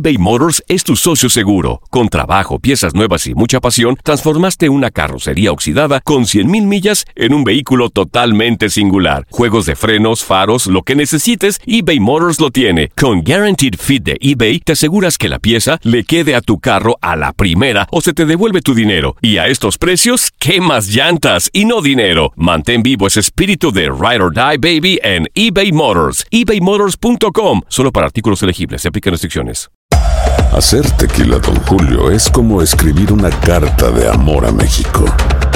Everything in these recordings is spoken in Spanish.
eBay Motors es tu socio seguro. Con trabajo, piezas nuevas y mucha pasión, transformaste una carrocería oxidada con 100,000 millas en un vehículo totalmente singular. Juegos de frenos, faros, lo que necesites, eBay Motors lo tiene. Con Guaranteed Fit de eBay, te aseguras que la pieza le quede a tu carro a la primera o se te devuelve tu dinero. Y a estos precios, quemas llantas y no dinero. Mantén vivo ese espíritu de Ride or Die, baby, en eBay Motors. ebaymotors.com. Solo para artículos elegibles. Se aplican restricciones. Hacer tequila Don Julio es como escribir una carta de amor a México.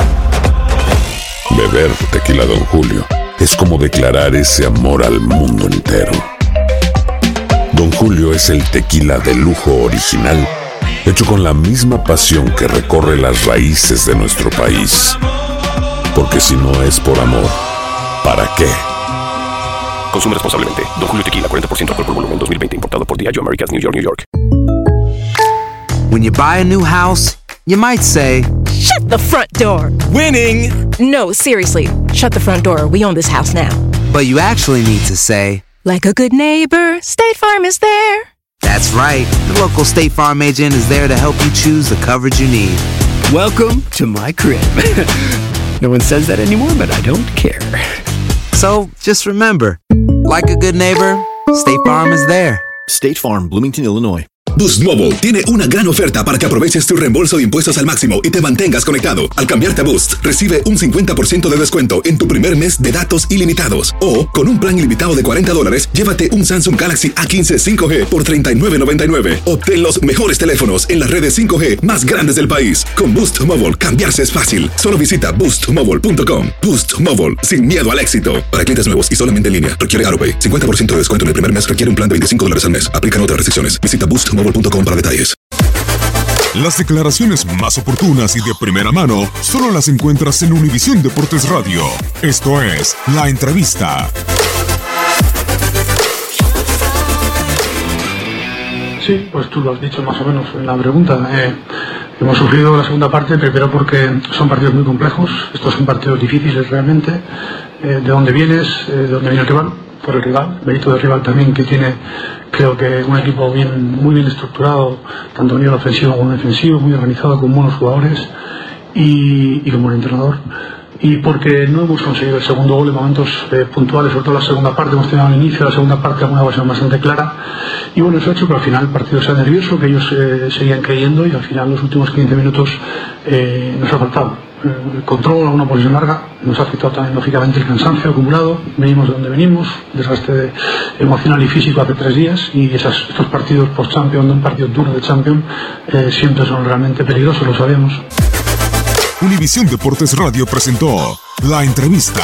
Beber tequila Don Julio es como declarar ese amor al mundo entero. Don Julio es el tequila de lujo original, hecho con la misma pasión que recorre las raíces de nuestro país. Porque si no es por amor, ¿para qué? Consume responsablemente. Don Julio Tequila, 40% alcohol por volumen, 2020. Importado por Diageo Americas, New York, New York. When you buy a new house, you might say, "Shut the front door." Winning! No, seriously. Shut the front door. We own this house now. but you actually need to say, like a good neighbor, State Farm is there. That's right. The local State Farm agent is there to help you choose the coverage you need. Welcome to my crib. No one says that anymore, but I don't care. So, just remember, like a good neighbor, State Farm is there. State Farm, Bloomington, Illinois. Boost Mobile tiene una gran oferta para que aproveches tu reembolso de impuestos al máximo y te mantengas conectado. Al cambiarte a Boost, recibe un 50% de descuento en tu primer mes de datos ilimitados. O, con un plan ilimitado de $40, llévate un Samsung Galaxy A15 5G por $39.99. Obtén los mejores teléfonos en las redes 5G más grandes del país. Con Boost Mobile, cambiarse es fácil. Solo visita boostmobile.com. Boost Mobile, sin miedo al éxito. Para clientes nuevos y solamente en línea, requiere AutoPay. 50% de descuento en el primer mes, requiere un plan de $25 al mes. Aplican otras restricciones. Visita boostmobile.com para detalles. Las declaraciones más oportunas y de primera mano solo las encuentras en Univisión Deportes Radio. Esto es La Entrevista. Sí, pues tú lo has dicho más o menos en la pregunta. Hemos sufrido la segunda parte, primero porque son partidos muy complejos. Estos son partidos difíciles realmente. ¿De dónde vienes? ¿De dónde viene el rival? Por el rival, mérito del rival también, que tiene, creo que un equipo muy bien estructurado, tanto a nivel ofensivo como defensivo, muy organizado, con buenos jugadores y con buen entrenador. Y porque no hemos conseguido el segundo gol en momentos puntuales, sobre todo en la segunda parte. Hemos tenido al inicio de la segunda parte alguna ocasión bastante clara, y bueno, eso ha hecho que al final el partido sea nervioso, que ellos seguían creyendo, y al final los últimos 15 minutos nos ha faltado el control, alguna posición larga. Nos ha afectado también lógicamente el cansancio acumulado. Venimos de donde venimos, desgaste emocional y físico hace 3 días, y estos partidos post-Champions, un partido duro de Champions, siempre son realmente peligrosos, lo sabemos. Univisión Deportes Radio presentó La Entrevista.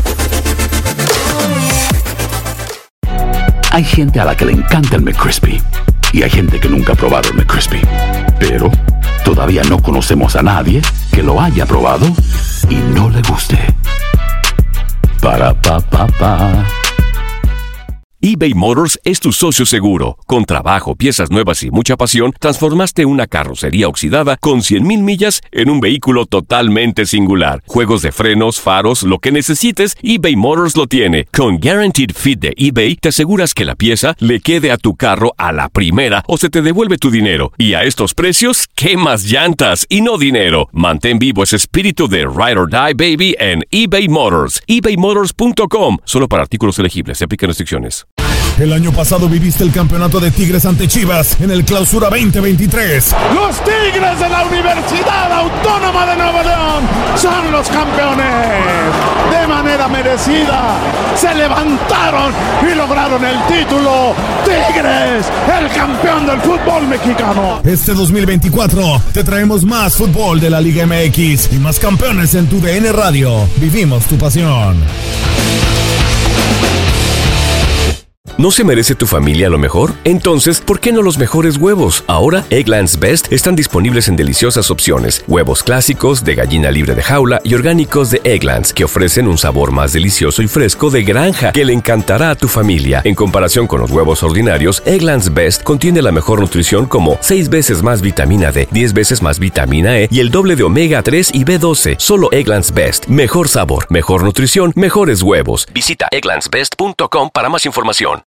Hay gente a la que le encanta el McCrispy y hay gente que nunca ha probado el McCrispy. Pero todavía no conocemos a nadie que lo haya probado y no le guste. Para pa pa pa. eBay Motors es tu socio seguro. Con trabajo, piezas nuevas y mucha pasión, transformaste una carrocería oxidada con 100,000 millas en un vehículo totalmente singular. Juegos de frenos, faros, lo que necesites, eBay Motors lo tiene. Con Guaranteed Fit de eBay, te aseguras que la pieza le quede a tu carro a la primera o se te devuelve tu dinero. Y a estos precios, quemas llantas y no dinero. Mantén vivo ese espíritu de Ride or Die, baby, en eBay Motors. ebaymotors.com. Solo para artículos elegibles. Se aplican restricciones. El año pasado viviste el campeonato de Tigres ante Chivas en el Clausura 2023. Los Tigres de la Universidad Autónoma de Nuevo León son los campeones. De manera merecida, se levantaron y lograron el título. Tigres, el campeón del fútbol mexicano. Este 2024 te traemos más fútbol de la Liga MX y más campeones en tu DN Radio. Vivimos tu pasión. ¿No se merece tu familia lo mejor? Entonces, ¿por qué no los mejores huevos? Ahora, Eggland's Best están disponibles en deliciosas opciones. Huevos clásicos, de gallina libre de jaula y orgánicos de Eggland's, que ofrecen un sabor más delicioso y fresco de granja que le encantará a tu familia. En comparación con los huevos ordinarios, Eggland's Best contiene la mejor nutrición, como 6 veces más vitamina D, 10 veces más vitamina E y el doble de omega 3 y B12. Solo Eggland's Best. Mejor sabor, mejor nutrición, mejores huevos. Visita egglandsbest.com para más información.